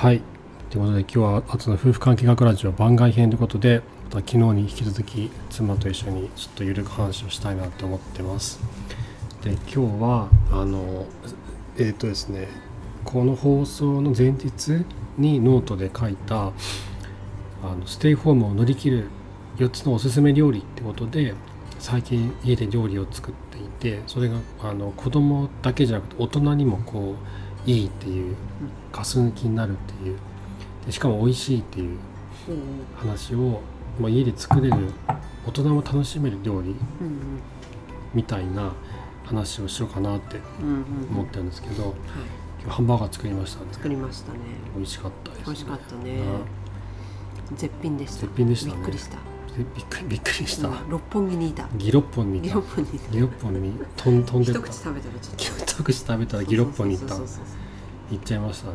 はい。ということで今日はあとの夫婦関係学ラジオ番外編ということで、また昨日に引き続き妻と一緒にちょっとゆるく話をしたいなと思ってます。で、今日はですね、この放送の前日にノートで書いたステイホームを乗り切る4つのおすすめ料理ってことで、最近家で料理を作っていて、それが子供だけじゃなくて大人にもこういいっていう、ガス抜きになるっていう、でしかも美味しいっていう話を、家で作れる、大人も楽しめる料理みたいな話をしようかなって思ってるんですけど、今日ハンバーガー作りましたね。 作りましたね。 美味しかったですね。 美味しかったね。絶品でした。 絶品でしたね。 びっくりした。 びっくりした。 六本木にいた。 ギロッポンにいた。ギロッポンに飛んでた。 一口食べたらちょっと。 一口食べたらギロッポンに行った。行っちゃいましたね。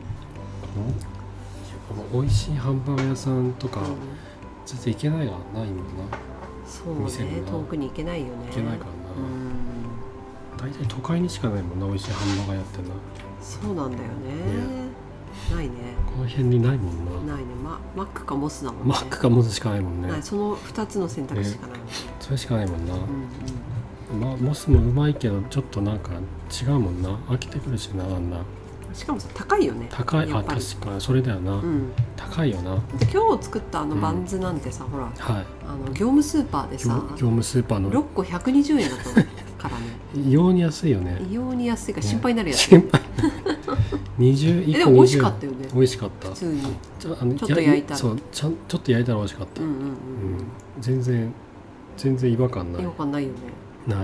美味しいハンバーガー屋さんとか、全然行けないがないもんな。 そうね。遠くに行けないよね。 行けないからな。大体都会にしかないもんな、美味しいハンバーガー屋ってな。 そうなんだよね。ないね。 この辺にないもんな。ないね。マックかモスだもんね。 マックかモスしかないもんね。 その2つの選択肢しかないもんね。 それしかないもんな。モスもうまいけどちょっとなんか違うもんな。飽きてくるしな、あんな。しかもさ、高いよね。 高い。確かにそれだよな。高いよな。 で、今日作ったバンズなんてさ、ほら、業務スーパーでさ、 業務スーパーの 6個120円だったからね。 異様に安いよね。 異様に安いから心配になるやつ。 心配。20 でも美味しかったよね。 美味しかった。 普通に。ちょっと焼いたら。 そう、ちょっと焼いたら美味しかった。全然違和感ない。 違和感ないよね。 ない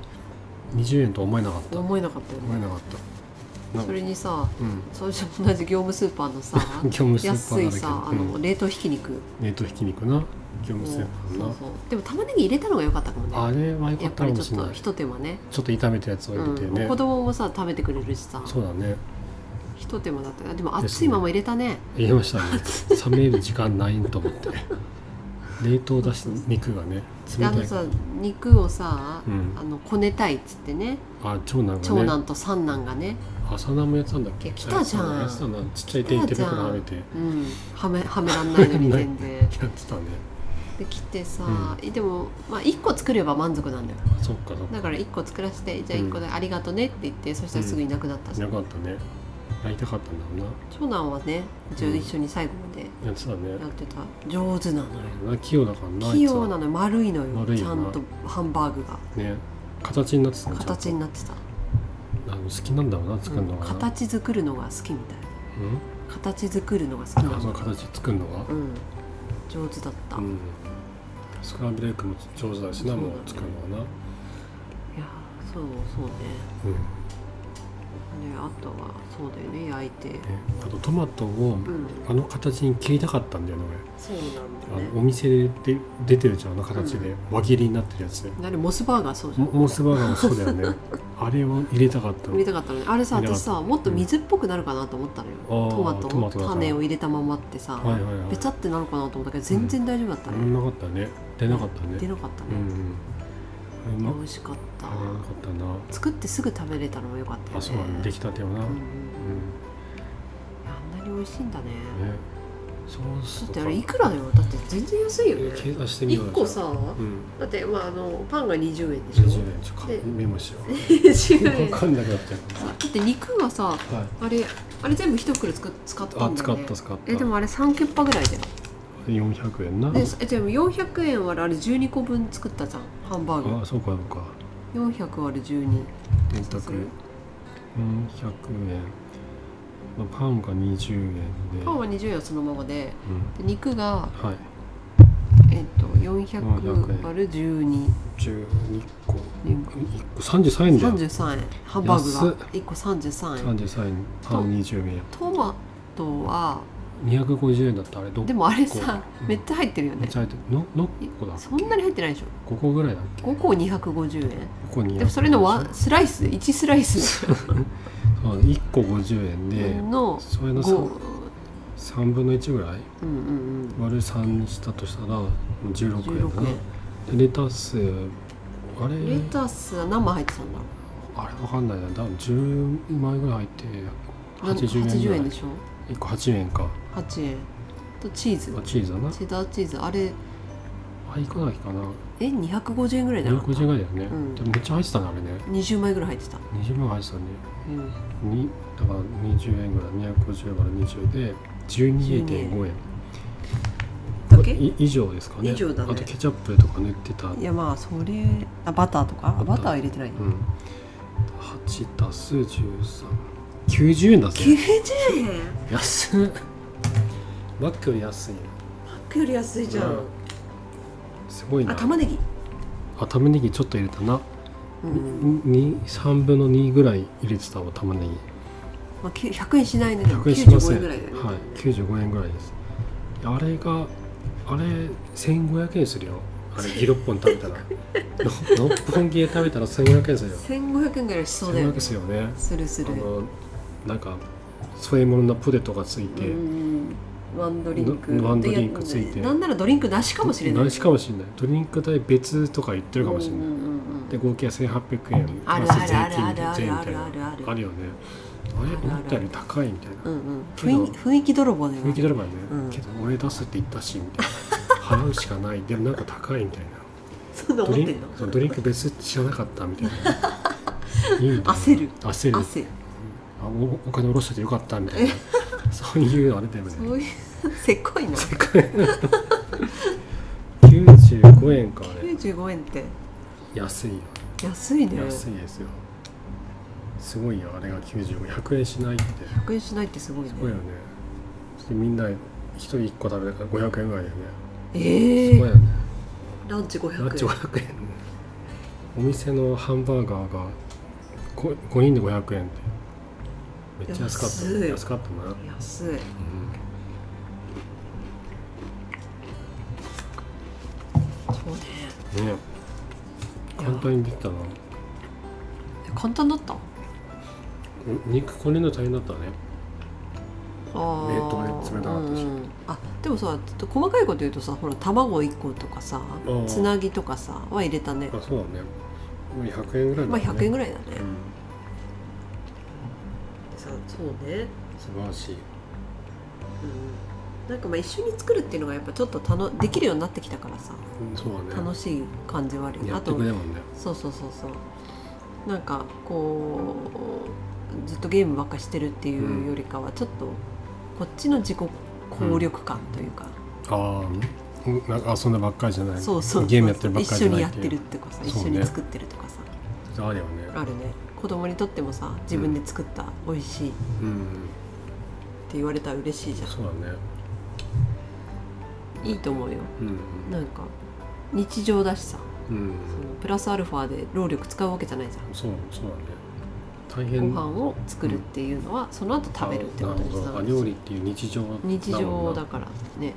。20円とは思えなかった。 思えなかったよね。 思えなかった。 それにさ、それと同じ業務スーパーのさ、安いさ、冷凍ひき肉な、業務スーパーな。 でも玉ねぎ入れたのが良かったかもね。 あれは良かったかもしれない。 やっぱりちょっと一手間ね。 ちょっと炒めたやつを入れてね。 子供もさ食べてくれるしさ。そうだね。 一手間だった。でも熱いまま入れたね。 入れましたね。冷める時間ないと思って。冷凍だし肉がね。 さ、肉をさ、こねたいっつってね。 長男と三男がね。 三男もやってたんだっけ。 来たじゃん。 ちっちゃい手袋はめて。 はめらんないのに全然。 やってたね。 で来てさ、でも1個作れば満足なんだよ。 そっか。 だから1個作らせて、じゃあ1個でありがとねって言って、そしたらすぐいなくなったじゃん。 いなかったね。やりたかったんだろうな。 長男はね、一緒に最後までやってたね。 やってた。上手なのよ。 器用だからな。 器用なのよ。丸いのよ。ちゃんとハンバーグがね、形になってた。 形になってた。 好きなんだろうな、作るのが。 形作るのが好きみたい。形作るのが好きなの。 その形作るのが上手だった。 スクランブルエッグも上手だしな、もう作るのはな。 いや、そうね。あとはそうだよね、焼いて。 あとトマトを形に切りたかったんだよね、 俺。そうなんだよね。 お店で出てるじゃん、形で輪切りになってるやつ。 モスバーガーそうじゃん。 モスバーガーもそうだよね。あれを入れたかったの。 ね。あれさ、私さ、もっと水っぽくなるかなと思ったのよ。トマトの種を入れたままってさ、べちゃってなるかなと思ったけど、全然大丈夫だったね。 なかったね。出なかったね。 美味しかった。作ってすぐ食べれたのも良かったよね。 そうだね、出来たてをな。あんなに美味しいんだね。 そうだってあれいくらだよ。だって全然安いよね。 計算してみよう。 1個さ、だってパンが20円でしょ。 20円。ちょっとメモしよう。 20円。 分かんなくなっちゃう。 だって肉がさ、あれ全部一袋使ったんだよね。 使った。 でもあれ3キュッパぐらいだよ。 400円な。 でも400円割る12個分作ったじゃん、ハンバーグ。 そうか。 400割る12。 電卓400円。パンが20円で。 パンは20円はそのままで、肉が400割る12。 12個。1個33円だよ。 33円。ハンバーグが1個33円。 33円。パン20円。 トマトは 250円だった。あれどこ。 でもあれさ、めっちゃ入ってるよね。 めっちゃ入ってる。の個だ。 そんなに入ってないでしょ。 5個ぐらいだっけ。 5個250円。 5個250円。 でもそれのスライス1スライス。 1個50円で、それの3分の1ぐらい割る3にしたとしたら16円だな。でレタスは何枚入ってたんだろう。 あれわかんないな。多分10枚ぐらい入って80円ぐらい。 80円でしょ。 1個8円か。 8円とチーズ、 チーズだな。 チェダーチーズあれいくらだっけかな。 250円ぐらいだな。 250円ぐらいだよね、でもめっちゃ入ってたねあれね。 20枚ぐらい入ってた。 20枚入ってたね、だから20円ぐらい、250円から20で 12.5 円だけ以上ですかね。 以上だね。 あとケチャップとか塗ってた。 いやまあそれバターとかバターは入れてないの、 8足す13 90円だぜ。 90円安っ。マックより安いよ。 マックより安いじゃん、 すごいな。 玉ねぎ玉ねぎちょっと入れたな、3分の2ぐらい入れてたわ玉ねぎ。 まあ、100円しないね。 100円しません。 95円ぐらいだよね。 はい、95円ぐらいです。あれ1500円するよ。あれギロッポン食べたら6本切れ食べたら1500円するよ。 1500円ぐらいしそうだよね。 ですよね。 するなんか添え物のポテトがついて、 ワンドリンクついて、 なんならドリンクなしかもしれない。 なしかもしれない。ドリンク代別とか言ってるかもしれない。で合計1800円あるプラス税金みたいなあるよね。あれ思ったより高いみたいな。 雰囲気泥棒だよね。 雰囲気泥棒だよね。けど俺出すって言ったしみたいな。払うしかない。でもなんか高いみたいな。 そんな思ってんの？ ドリンク別って知らなかったみたいな。 焦る。 お金下ろしててよかったみたいな。そういうあれだよね。 そういうせっこいな。 95円かあれ。 95円って安いよ。 安いね。 安いですよ。すごいよあれが95、100円しないって。 100円しないってすごいね。 すごいよね。でみんな1人1個食べるから500円ぐらいだよね。 すごいよね。 ランチ500円。 ランチ500円。お店のハンバーガーが5人で500円ってめっちゃ安かった。安かったな。 安い。そうね。 ね。簡単にできたな。 簡単だった。 肉こねるの大変だったね。 冷凍で冷たかったし。 でもさ、ちょっと細かいこと言うとさ、ほら卵1個とかさ、つなぎとかさは入れたね。 そうだね。100円ぐらいだね。 まあ100円ぐらいだね。そうね。 素晴らしい。 なんかまあ一緒に作るっていうのがやっぱちょっとできるようになってきたからさ、 そうだね。 楽しい感じはあるよね。 やってくれもんね。 そうなんかこうずっとゲームばっかしてるっていうよりかはちょっとこっちの自己効力感というか、 なんか遊んだばっかりじゃない。 そうゲームやってるばっかりじゃない。 一緒にやってるってかさ、一緒に作ってるとかさ、 あるよね。 あるね。子供にとってもさ、自分で作った美味しいって言われたら嬉しいじゃん。 そうだね。 いいと思うよ。なんか日常だしさ、そのプラスアルファで労力使うわけじゃないじゃん。そうだね。大変。ご飯を作るっていうのは、その後食べるってことです。 料理っていう日常だからね。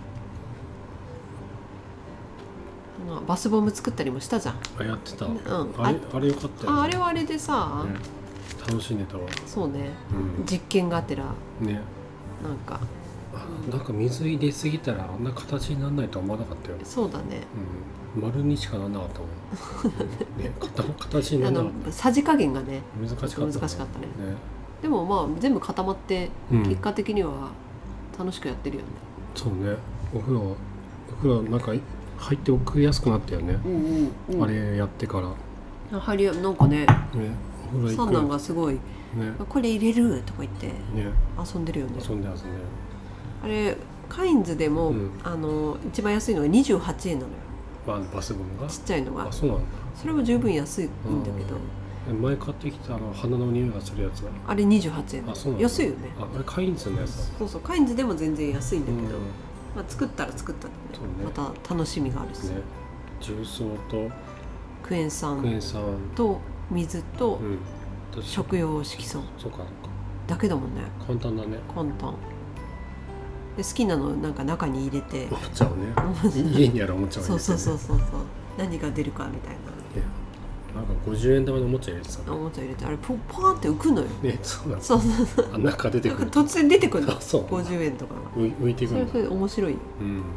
バスボム作ったりもしたじゃん。 やってた。あれよかったよ。 あれはあれでさ、 楽しんでたわ。 そうね。実験がてらね。なんか水入れすぎたらあんな形にならないとは思わなかったよ。 そうだね。 丸にしかならなかったもん。ね、形にならなかった。 さじ加減がね、 難しかったね。 でもまあ全部固まって結果的には楽しくやってるよね。 そうね。お風呂なんか入って送りやすくなったよね。あれやってから。 なんかね。三男がすごい。これ入れるとか言って遊んでるよね。 遊んで。 あれカインズでも一番安いのが28円なのよ。 バスボムがちっちゃいのが。 そうなんだ。 それも十分安いんだけど。 前買ってきた花の匂いがするやつがあれ28円。安いよね。 あれカインズのやつ。 そうカインズでも全然安いんだけど、作ったらでね、また楽しみがあるし。 重曹とクエン酸と水と食用色素だけだもんね。 簡単だね。 簡単で、好きなのなんか中に入れておもちゃをね、家にあるおもちゃを入れて、 そう何が出るかみたいな。 なんか50円玉のおもちゃ入れてた。 おもちゃ入れてあれパーンって浮くのよね。 そうなんだ。 そう中出てくる。 突然出てくるの。50円とかが浮いてくる。 それ面白いよ。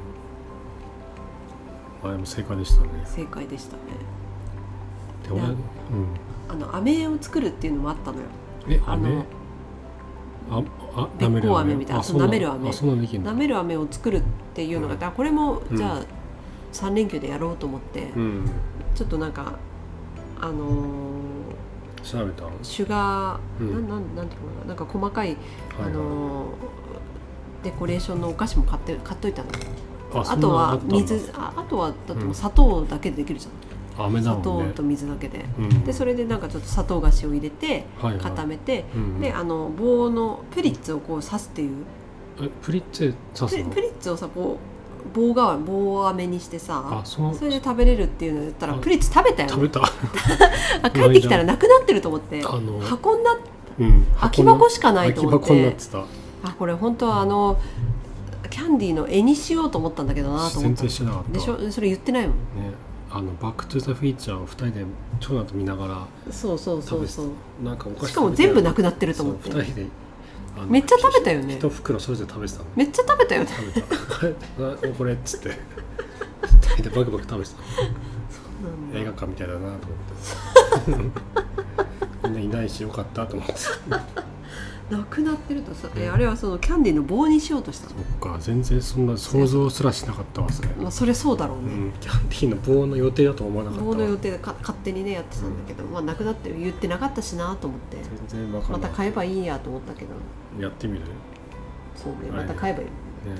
あれも正解でしたね。 正解でしたね。 で俺飴を作るっていうのもあったのよ。 べっこう飴みたいな、なめる飴、 なめる飴を作るっていうのが、これもじゃあ3連休でやろうと思って、ちょっとなんか調べたシュガー、なんていうのかな、なんか細かい、デコレーションのお菓子も買っといたの。あとは水、あとはだってもう砂糖だけでできるじゃん、砂糖と水だけで、でそれでなんかちょっと砂糖菓子を入れて固めて、で棒のプリッツをこう刺すっていう、 プリッツ刺すの？プリッツをさこう棒飴にしてさ、それで食べれるっていうのを言ったらプリッツ食べたよ。 食べた帰ってきたらなくなってると思って、箱になって、空き箱しかないと思って、これ本当はキャンディーの絵にしようと思ったんだけどなと思った。 全然してなかったでしょ、それ言ってないもんね。 バックトゥザフィーチャーを2人で長男と見ながらそうなんかお菓子しかも全部なくなってると思って、 2人でめっちゃ食べたよね。 1袋それぞれ食べてたの。 めっちゃ食べたよね。 食べたこれっつって2人でバクバク食べてた。映画館みたいだなと思ってみんないないしよかったと思ってなくなってるとさ、あれはそのキャンディーの棒にしようとしたの。 そっか、全然そんな想像すらしなかったわそれ。 それそうだろうね、 キャンディーの棒の予定だと思わなかったわ。 棒の予定で勝手にねやってたんだけど、なくなって言ってなかったしなと思って、 全然わかんない。 また買えばいいやと思ったけど。 やってみる？ そうね、また買えばいいね。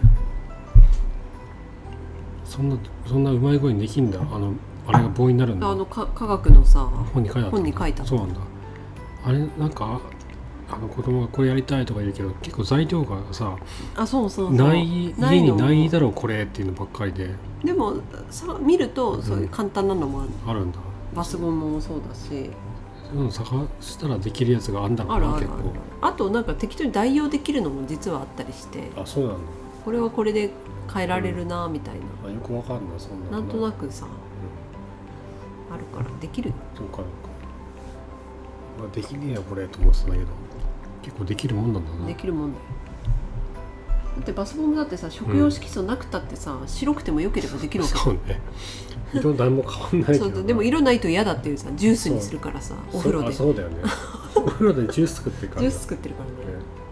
そんなうまい声にできんだ。あれが棒になるんだ。 科学のさ本に書いた。そうなんだ。あれなんか子供がこれやりたいとか言うけど、結構材料がさ、家にないだろうこれっていうのばっかりで。 でもさ見るとそういう簡単なのもあるんだ。 バスボムもそうだし、 探したらできるやつがあるんだろうな。結構あとなんか適当に代用できるのも実はあったりして。 あ、そうなんだ。 これはこれで変えられるなみたいな、 よくわかんない。そんななんとなくさ、あるからできるよ。 そうかできねえよこれと思ってたんだけど、結構できるもんなんだな。 できるもんだよ。だってバスボムだってさ、食用色素なくたってさ、白くてもよければできるわけ。 そうね、色何も変わんないけどそうでも色ないと嫌だっていうさ、ジュースにするからさ、お風呂で。 そうだよねお風呂でジュース作ってるから、 ジュース作ってるからね。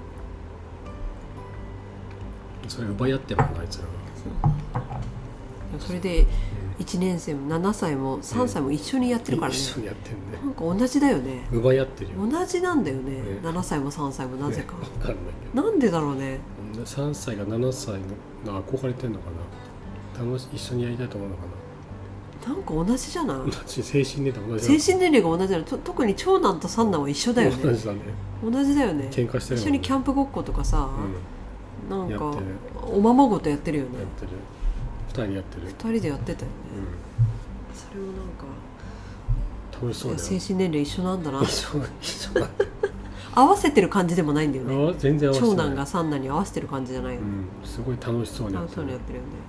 それ奪い合ってるもんな、あいつらが。 それで1年生も7歳も3歳も一緒にやってるからね。 一緒にやってんね。 なんか同じだよね。 奪い合ってるよ。 同じなんだよね。7歳も3歳もなぜか。 分かんないけど。なんでだろうね。 3歳が7歳の憧れてんのかな。一緒にやりたいと思うのかな。なんか同じじゃない。 同じ、精神年齢同じ。 精神年齢が同じだよ。特に長男と三男は一緒だよね。 同じだね。 同じだよね。 喧嘩してる。 一緒にキャンプごっことかさ、なんかおままごとやってるよね。 やってる。2人でやってる。 2人でやってたよね。それをなんか楽しそうだよ。 精神年齢一緒なんだな。 一緒だ。 合わせてる感じでもないんだよね。 全然合わせてない。 長男が三男に合わせてる感じじゃないよね。 すごい楽しそうにやってるよね。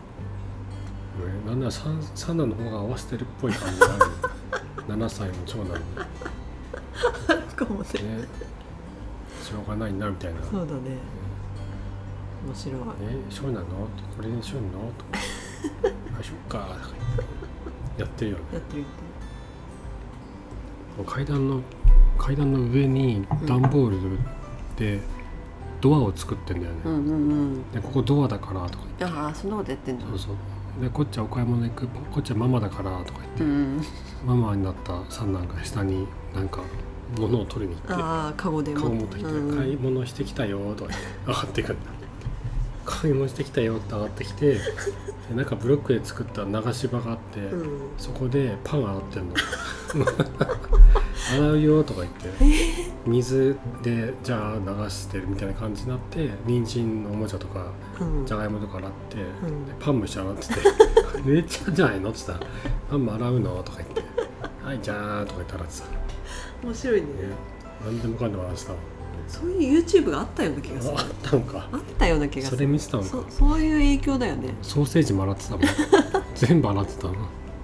なんなら三男の方が合わせてるっぽい感じがある。7歳の長男に。 かもね。 しょうがないなみたいな。 そうだね。面白い。 そうなの？これにしようの？とか。あ、そっか。やってるよね。 やってる。 階段の上に段ボールでドアを作ってんだよね。でここドアだからとか言って。 ああ、そんなことやってんだ。 そうそう。でこっちはお買い物行く、こっちはママだからとか言って、ママになった三男が下になんか物を取りに行って、 カゴ持ってきて、買い物してきたよとか言って上がってくるんだ。買い物してきたよって上がってきて、なんかブロックで作った流し場があって、そこでパン洗ってんの。洗うよとか言って水でじゃあ流してるみたいな感じになって、人参のおもちゃとかじゃがいもとか洗って、でパンも一緒に洗ってて「めっちゃじゃないの?」って言ったら「パンも洗うの?」とか言って「はいじゃー」とか言って洗ってた。 面白いね。 何でもかんでも洗ってた。 そういう YouTube があったような気がする。 あったのか。 あったような気がする。 それ見てたのか。 そういう影響だよね。 ソーセージも洗ってたもん。全部洗ってたの。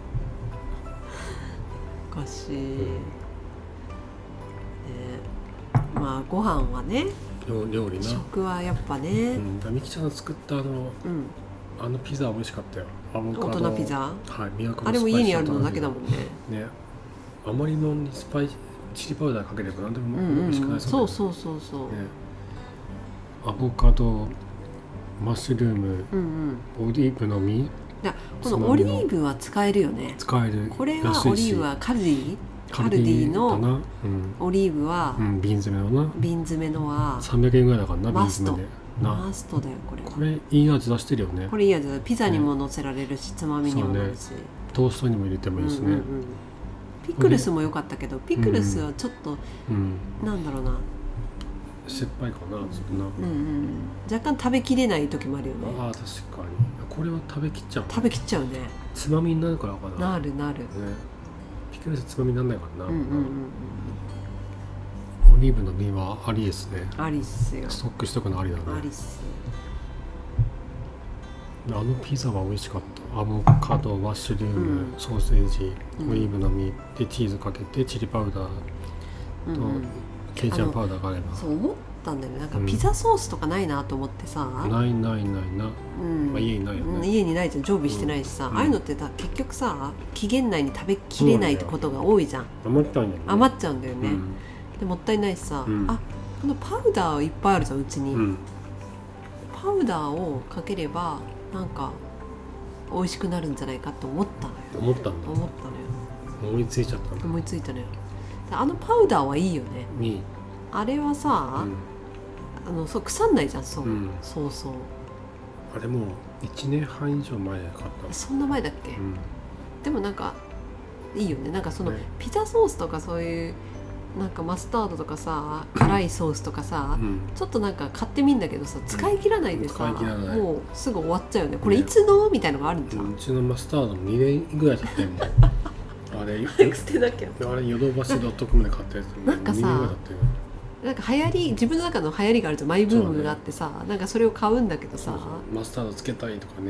おかしい。まあご飯はね。 料理な。 食はやっぱね。 みきちゃんが作ったあのピザは美味しかったよ。 大人ピザ。 はい、 あれも家にあるのだけだもんね。 ね。あまりのにチリパウダーかければ何でも美味しくない。 そう。 アボカド、マッシュルーム、オリーブの実。 このオリーブは使えるよね。 使える。 これはオリーブはカルディのオリーブは、 瓶詰めのな。 瓶詰めのは 300円ぐらいだからな。 マストだよこれは。 これいい味出してるよね。 これいい味だ。ピザにも乗せられるし、つまみにもなるし、 トーストにも入れてもいいしね。 ピクルスも良かったけど、ピクルスはちょっと、なんだろうな、 酸っぱいかな、ちょっとな。 若干食べきれない時もあるよね。 ああ、確かに。これは食べきっちゃう。 食べきっちゃうね。 つまみになるからかな。 なる。 ピクルスつまみにならないからな。オリーブの実はありですね。 ありっすよ。 ストックしとくのありだね。 ありっす。 あのピザは美味しかった。アボカド、マッシュルーム、ソーセージ、オリーブの実でチーズかけてチリパウダーとケイジャンパウダーがあれば。 そう思ったんだよね。なんかピザソースとかないなと思ってさ。 ないな。家にないよね。 家にないじゃん。常備してないしさ。ああいうのって結局さ、期限内に食べきれないってことが多いじゃん。余っちゃうんだよね。でもったいないしさ。このパウダーいっぱいあるじゃん、うちに。パウダーをかければなんか美味しくなるんじゃないかと思ったのよ。 思ったのよ。思いついちゃったの。 思いついたのよ。あのパウダーはいいよね。あれはさ、そう腐んないじゃん。そう。 あれもう1年半以上前で買った。 そんな前だっけ？でもなんかいいよね。なんかそのピザソースとかそういうなんかマスタードとかさ、辛いソースとかさ、ちょっとなんか買ってみんだけどさ、使い切らないでさ、もうすぐ終わっちゃうよね。これいつのみたいのがあるんじゃん。 うちのマスタードも2年ぐらい経ってんもん。あれ捨てなきゃ。 あれヨドバシ.comで買ったやつ。 なんかさ、なんか流行り、自分の中の流行りがあるとマイブームがあってさ、なんかそれを買うんだけどさ、 マスタードつけたいとかね。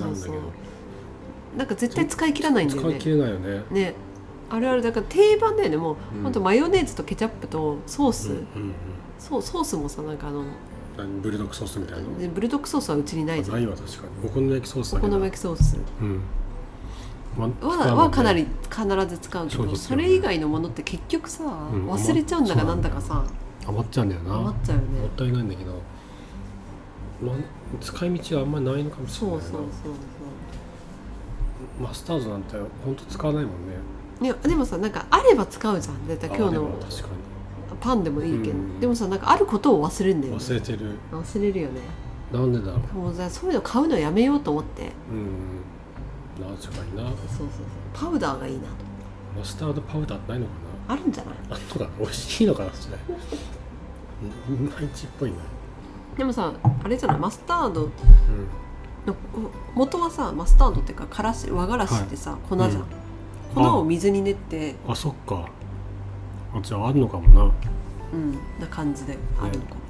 なんか絶対使い切らないんだよね。 使い切れないよね。 ね。あれだから定番だよね。もうほんとマヨネーズとケチャップとソース、ソースもさ、なんかブルドックソースみたいな。 ブルドックソースはうちにないじゃん。 ないわ、確かに。お好み焼きソースだけど。 お好み焼きソースはかなり必ず使うけど、それ以外のものって結局さ、忘れちゃうんだかなんだかさ、 余っちゃうんだよな。 余っちゃうよね。 もったいないんだけど、使い道はあんまりないのかもしれないな。マスタードなんてほんと使わないもんね。 いやでもさ、なんかあれば使うじゃん。だいたい今日のパンでもいいけど、でもさ、なんかあることを忘れるんだよね。 忘れてるよね。 なんでだろう。 もうそういうの買うのやめようと思って。 確かにな。 そうパウダーがいいなと。 マスタードパウダーってないのかな。 あるんじゃない？ あとか美味しいのかな、それ。いまいちっぽいな。 でもさ、あれじゃない、マスタードの元はさ、マスタードっていうか和がらしってさ、粉じゃん。粉を水に練って。 あ、そっか。じゃああるのかもな。 な感じであるのかね。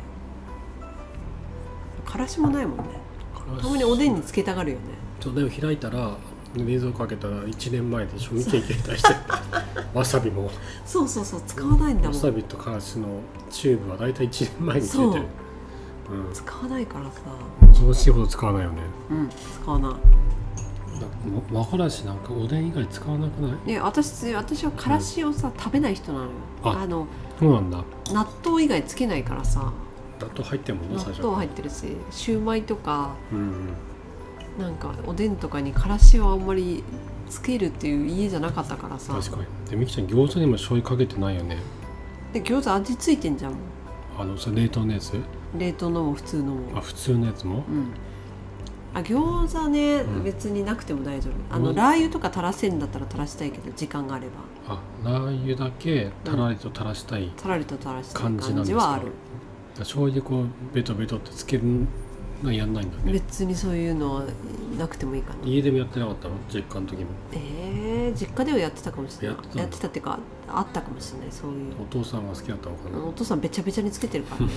からしもないもんね。たまにおでんにつけたがるよね。 でも開いたら冷蔵庫開けたら1年前でしょ。見ていけたりしてわさびもそう使わないんだもん。 わさびとからしのチューブはだいたい1年前についてる。 使わないからさ。 恐ろしいほど使わないよね。 使わない。 和からしなんかおでん以外使わなくない？ 私はからしをさ、食べない人なのよ。 そうなんだ。 納豆以外つけないからさ。 納豆入ってるもんね。 納豆入ってるし、シューマイとか、なんかおでんとかにからしをあんまりつけるっていう家じゃなかったからさ。 確かに。でみきちゃん餃子にも醤油かけてないよね。 で餃子味ついてんじゃん。 それ冷凍のやつ？ 冷凍のも普通のも。 普通のやつも？ 餃子ね、別になくても大丈夫。ラー油とか垂らせるんだったら垂らしたいけど、時間があれば。 ラー油だけたらりと垂らしたい感じはある。醤油こうベトベトってつけるのやんないんだね。 別にそういうのはなくてもいいかな。 家でもやってなかったの？実家の時も。 実家ではやってたかもしれない。やってたっていうか、あったかもしれない。そういう。 お父さんが好きだったのかな。 お父さんべちゃべちゃにつけてるからね。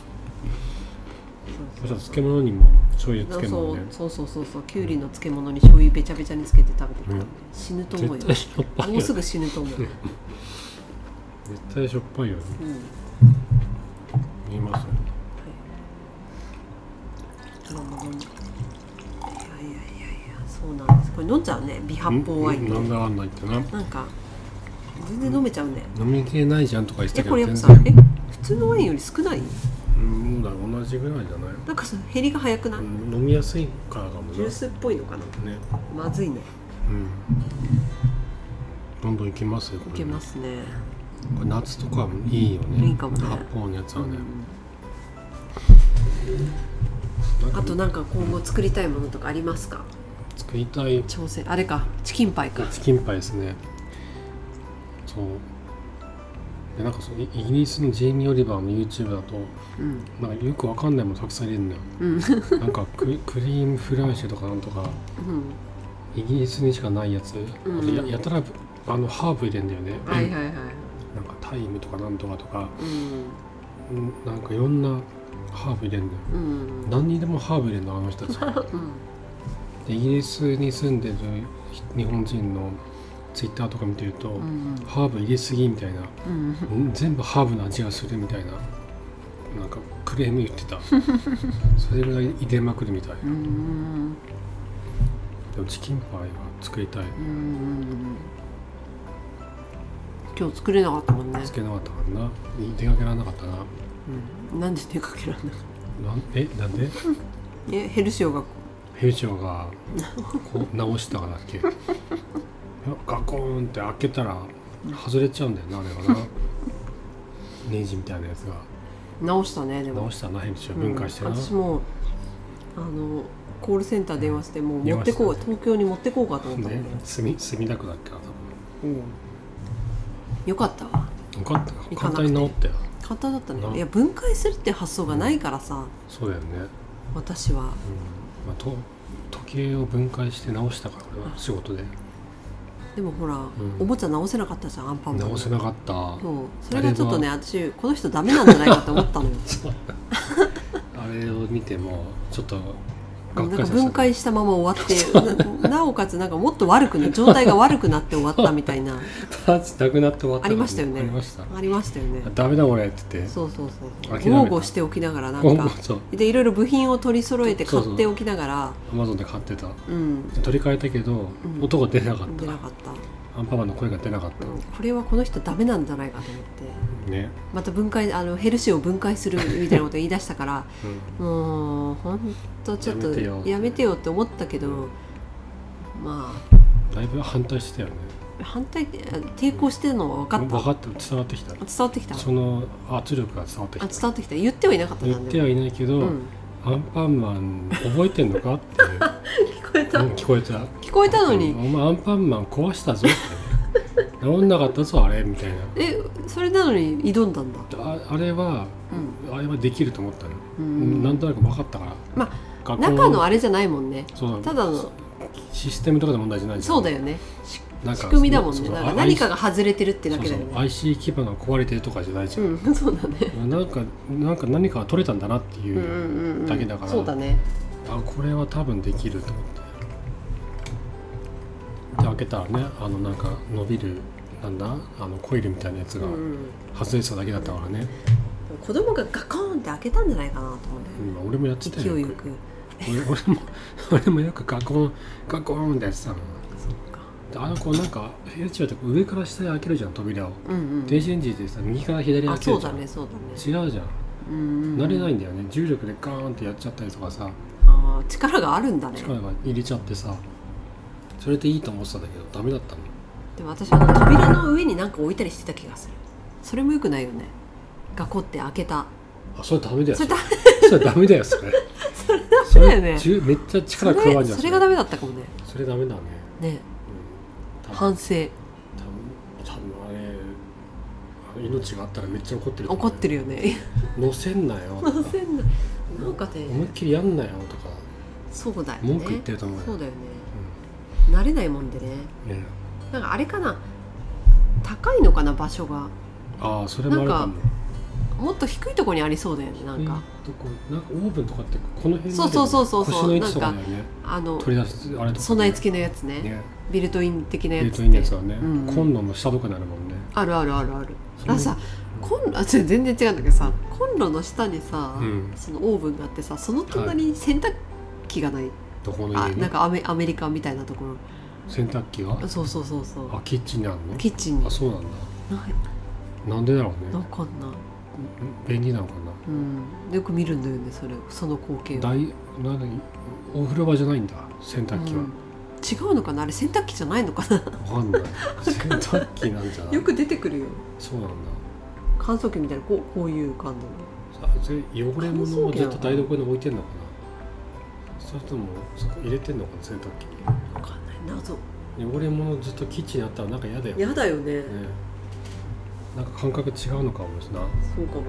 漬物にも醤油つけるのね。 そうきゅうりの漬物に醤油べちゃべちゃにつけて食べてたら、死ぬと思うよ。もうすぐ死ぬと思う。絶対しょっぱいよね。見えますよね。そうなんです。これ飲んじゃうね。微発泡ワイン。 なんだあんないってな。 なんか全然飲めちゃうね。 飲みきれないじゃんとか言ってたけど。 これやっぱさ、普通のワインより少ない？ うんだ同じぐらいじゃない。 なんか減りが早くない？ 飲みやすいからかもな。 ジュースっぽいのかな。 ね。 まずいね。 どんどんいけますよ。 いけますね。 これ夏とかいいよね。 いいかもね。 発泡のやつはね。 あとなんか今後作りたいものとかありますか？ 作りたい挑戦あれかチキンパイか。 チキンパイですね。そうでなんかイギリスのジェイミー・オリバーの YouTube だと、なんかよくわかんないものたくさん入れるんだよ、なんかクリームフランシュとかなんとか、イギリスにしかないやつ、あと やたらハーブ入れるんだよね、なんかタイムとかなんとかとか、なんかいろんなハーブ入れるんだよ、何にでもハーブ入れるのあの人たち、でイギリスに住んでる日本人のツイッターとか見てると、ハーブ入れすぎみたいな、全部ハーブの味がするみたいな、なんかクレーム言ってたそれぐらい入れまくるみたいな、でもチキンパイは作りたい、 今日作れなかったもんね。 作れなかったからな、出かけられなかったな、 なんで出かけられなかった？ なんでヘルシオがこう直したからだっけガコーンって開けたら外れちゃうんだよな、あれはなネジみたいなやつが直したね。でも直したな、ヘルシオ分解してな、 私もコールセンター電話してもう持ってこう、東京に持ってこうかと思ったもんね。 墨田区だっけな、多分、 よかったわ。 よかった、簡単に直ったよ。 簡単だったね。いや分解するって発想がないからさ、 そうだよね。 私は、 時計を分解して直したから俺は仕事で。 でもほら、おもちゃ直せなかったじゃん、アンパンマン。 直せなかった。 それがちょっとね、私この人ダメなんじゃないかと思ったのよあれを見てもちょっとなんか分解したまま終わってなおかつなんかもっと悪くね、状態が悪くなって終わったみたいなパーツなくなって終わった、 ありましたよね。 ありましたよね。 ダメだ俺って言って、 そう豪語しておきながら、なんかでいろいろ部品を取り揃えて買っておきながら、 アマゾンで買ってた、取り替えたけど、音が出なかった、アンパンマンの声が出なかった、 これはこの人ダメなんじゃないかと思ってね、また分解ヘルシーを分解するみたいなことを言い出したから、もうほんとちょっとやめてよって思ったけど、まあだいぶ反対してたよね。 抵抗してるのは分かった。 伝わってきた。その圧力が伝わってきた。 言ってはいなかった。 言ってはいないけど、アンパンマン覚えてんのかって聞こえたのに、お前アンパンマン壊したぞって治んなかったぞあれみたいな。 それなのに挑んだんだ。 あれはできると思ったの、なんとなく分かったから。 中のあれじあれじゃないもんね。ただのシステムとかの問題じゃないじゃん。 そうだよね。仕組みだもんね。何かが外れてるってだけだよね。 IC 基板が壊れてるとかじゃないじゃん。 そうだね。 なんか何かが取れたんだなっていうだけだから。 そうだね。 これは多分できると思って。で開けたらね、なんか伸びるコイルみたいなやつが外れてただけだったからね。 子供がガコーンって開けたんじゃないかなと思うんだよね。 俺もやってたよ。 勢いよく。 俺もよくガコーンってやってたの。こうなんかヘルチは上から下に開けるじゃん、扉を。電子レンジでさ、右から左に開けるじゃん。 そうだね。 違うじゃん。慣れないんだよね。重力でガーンってやっちゃったりとかさ。 力があるんだね。 力が入れちゃってさ、それでいいと思ってたんだけどダメだったの。 でも私扉の上に何か置いたりしてた気がする。それもよくないよね。ガコって開けた。 それダメだよ。それダメだよ。それダメだよね。 めっちゃ力加わるじゃん。 それがダメだったかもね。 それダメだね。 ね。反省。多分あれ命があったらめっちゃ怒ってる。 怒ってるよね。 乗せんなよ。 乗せんな。なんかね。 思いっきりやんなよとか。 そうだよね。 文句言ってると思うよ。 そうだよね。慣れないもんでね。なんかあれかな。高いのかな、場所が。 それもあるかも。 もっと低いところにありそうだよね。なんかオーブンとかってこの辺にそう腰の位置とかだよね。 取り出すあれとか備え付けのやつね。ビルトイン的なやつって。ビルトインのやつはね。コンロの下とかになるもんね。ある。さ、全然違うんだけどさ、コンロの下にさ、そのオーブンがあってさ、その隣に洗濯機がない。 どこの家に？ なんかアメリカみたいなところ。 洗濯機が？そう。 キッチンにあるの？ キッチンに。そうなんだ。なんでだろうね。 わかんない。 便利なのかな。よく見るんだよねその光景は。 お風呂場じゃないんだ洗濯機は。 違うのかな、あれ洗濯機じゃないのかな。 わかんない。洗濯機なんじゃない。 よく出てくるよ。 そうなんだ。 乾燥機みたいなこういう感じの。汚れ物をずっと台所に置いてんのかな。それともそこ入れてんのかな洗濯機に。 わかんない謎。 汚れ物ずっとキッチンにあったらなんか嫌だよね。 嫌だよね。 なんか感覚違うのかもしれない。 そうかも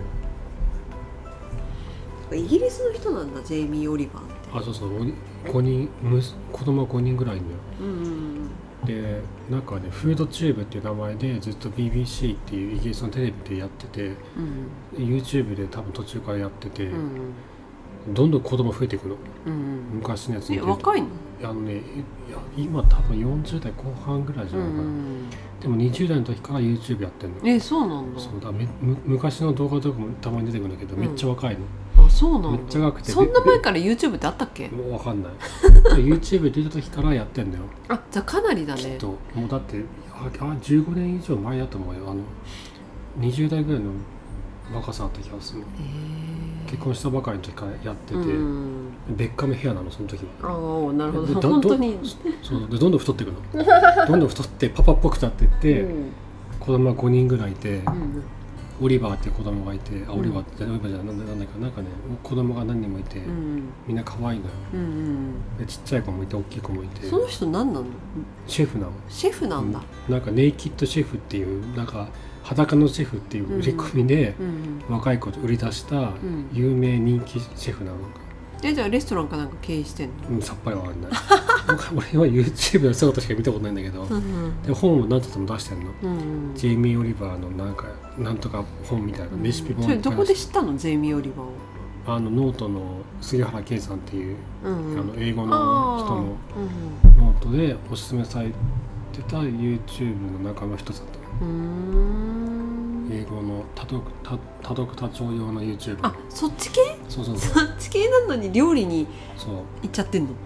ね。イギリスの人なんだジェイミー・オリバーって。 そう5人子供は5人ぐらいいるんだよ。でなんかねフードチューブっていう名前でずっと BBC っていうイギリスのテレビでやってて、YouTube で多分途中からやってて、どんどん子供増えていくの、昔のやつ見てると。 若いの？ 今多分40代後半ぐらいじゃないかな、でも20代の時から YouTube やってんの。 そうなんだ。 そうだ昔の動画とかもたまに出てくるんだけど、めっちゃ若いの。 そうなんだ。 めっちゃ若くて。 そんな前から YouTube ってあったっけ？ もう分かんない。YouTube 出た時からやってんだよ。 じゃあかなりだね。 きっともうだって15年以上前だと思うよ。20代ぐらいの若さだった気がする。結婚したばかりの時からやってて、ベッカムヘアなのその時は。 なるほど。本当に。 そうでどんどん太っていくの。どんどん太ってパパっぽくなっていって、子供が5人ぐらいいて、オリバーっていう子供がいて、オリバーじゃないかなんかね子供が何人もいて、みんな可愛いのよ。でちっちゃい子もいて大きい子もいて。 その人何なの？ シェフなの。 シェフなんだ。 なんかネイキッドシェフっていうなんか裸のシェフっていう売り込みで若い子と売り出した有名人気シェフなのか。 じゃあレストランかなんか経営してんの？ さっぱりわかんない。俺は YouTube の姿しか見たことないんだけど、で本を何つっても出してんの。ジェイミー・オリバーのなんとか本みたいなレシピ本。 それどこで知ったの？ジェイミー・オリバーを。 ノートの杉原圭さんっていう、英語の人のノートでおすすめされてた YouTube の中の一つだった。英語の多読多聴用の YouTube。 そっち系？ そうそっち系なのに料理に行っちゃってんの。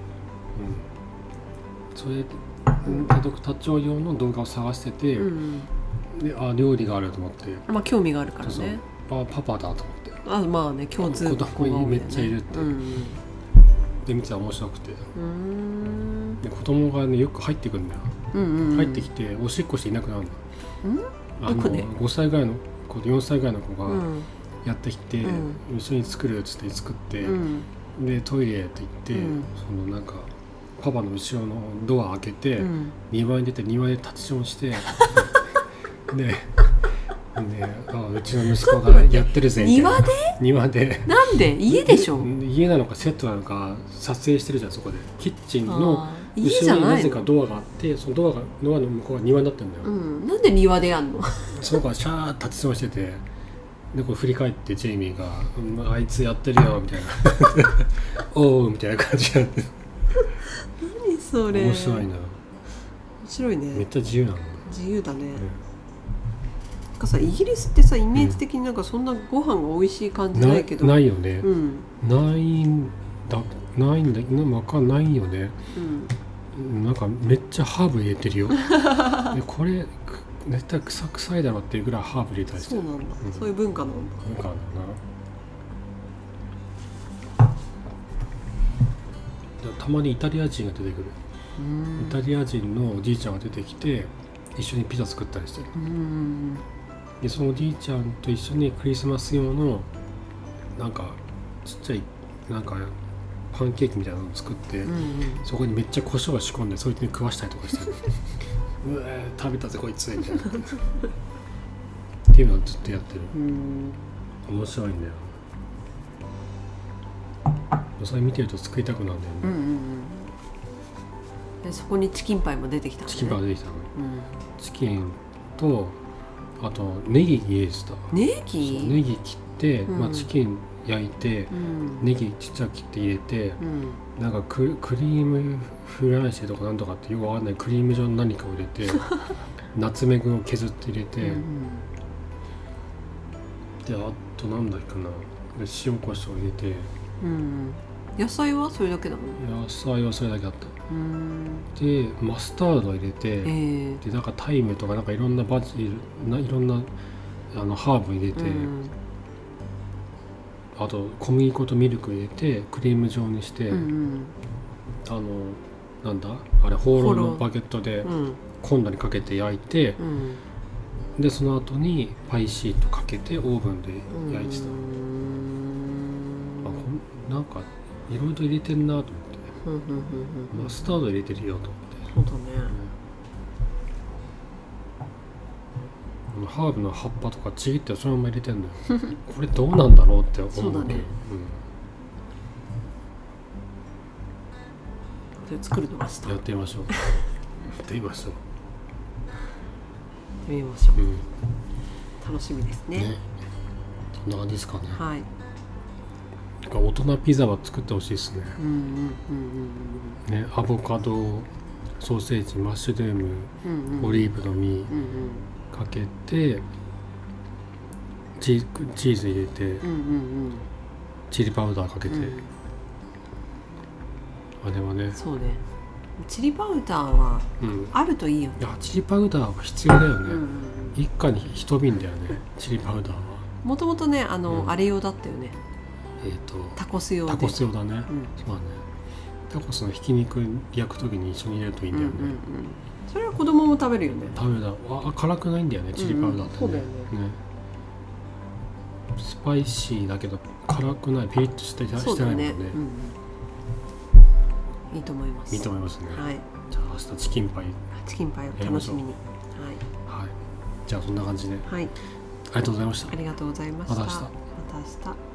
それ多読多聴用の動画を探してて、で料理があると思って。 興味があるからね。 パパだと思って。 まあね、共通子供めっちゃいるって。で見てたら面白くて。で子供がねよく入ってくるんだよ。入ってきておしっこしていなくなるの。5歳ぐらいの子4歳ぐらいの子がやってきて、一緒に作るっつって作って、でトイレって言って、なんかパパの後ろのドア開けて、庭に出て庭で立ちションしてでうちの息子がやってるぜみたいな。庭でなんで？家でしょ？ 家なのかセットなのか撮影してるじゃん。そこでキッチンの後ろになぜかドアがあって、そのドアの向こうが庭になってるんだよ。 なんで庭でやんの？ その子がシャーッ立ちションしてて、でこう振り返ってジェイミーが「あいつやってるよ」みたいな「おう」みたいな感じになって。 何それ？ 面白いな。面白いね。 めっちゃ自由なの。 自由だね。なんかさ、イギリスってさ、イメージ的になんかそんなご飯が美味しい感じないけど。 ないよね。ないんだわかんないよね。なんかめっちゃハーブ入れてるよ。これ絶対臭いだろっていうぐらいハーブ入れたりして。 そうなんだ。そういう文化なんだ。 文化なんだな。たまにイタリア人が出てくる。イタリア人のおじいちゃんが出てきて一緒にピザ作ったりしてる。でそのおじいちゃんと一緒にクリスマス用のなんかちっちゃいなんかパンケーキみたいなのを作って、そこにめっちゃ胡椒を仕込んでそいつに食わしたりとかしてる。うわ食べたぜこいつみたいなっていうのをずっとやってる。面白いんだよ。それ見てると作りたくなるんだよね。 でそこにチキンパイも出てきたのね。 チキンパイが出てきたの、チキンとあとネギ入れてた。 ネギ切って、チキン焼いて、ネギちっちゃく切って入れて、なんかクリームフランシェとかなんとかってよくわかんないクリーム状の何かを入れてナツメグを削って入れて、であとなんだっけな、で塩コショウ入れて、 野菜はそれだけだもん。 野菜はそれだけあった。でマスタード入れて、でなんかタイムとかなんかいろんなバジルいろんなハーブ入れて、あと小麦粉とミルク入れてクリーム状にして、なんだあれホーローのバゲットでコンロにかけて焼いて、でその後にパイシートかけてオーブンで焼いてた。なんかいろいろ入れてんなと思って、マスタード入れてるよと思って。 そうだね、 ハーブの葉っぱとかちぎってそのまま入れてんのよこれどうなんだろうって思うけど。 そうだね、それ作るのがしたやってみましょうやってみましょう楽しみですね。 そんな感じですかね。 はい。 大人ピザは作ってほしいですね。ね、アボカド、ソーセージ、マッシュルーム、オリーブの実かけて、チーズ入れて、チリパウダーかけて、あれはね。 そうね。チリパウダーはあるといいよね。 いや、チリパウダーは必要だよね。一家に一瓶だよね、チリパウダーは。 もともとね、あれ用だったよね。タコス用で。 タコス用だね。そうだね。タコスのひき肉焼くときに一緒に入れるといいんだよね。 それは子供も食べるよね。 食べる。辛くないんだよね、チリパウダーってね。 そうだよね。 スパイシーだけど辛くない、ピリッとしてないもんね。 いいと思います。 いいと思いますね。 はい。 じゃあ明日チキンパイを楽しみに。 はい。じゃあそんな感じで。 はい。 ありがとうございました。 ありがとうございました。 また明日。 また明日。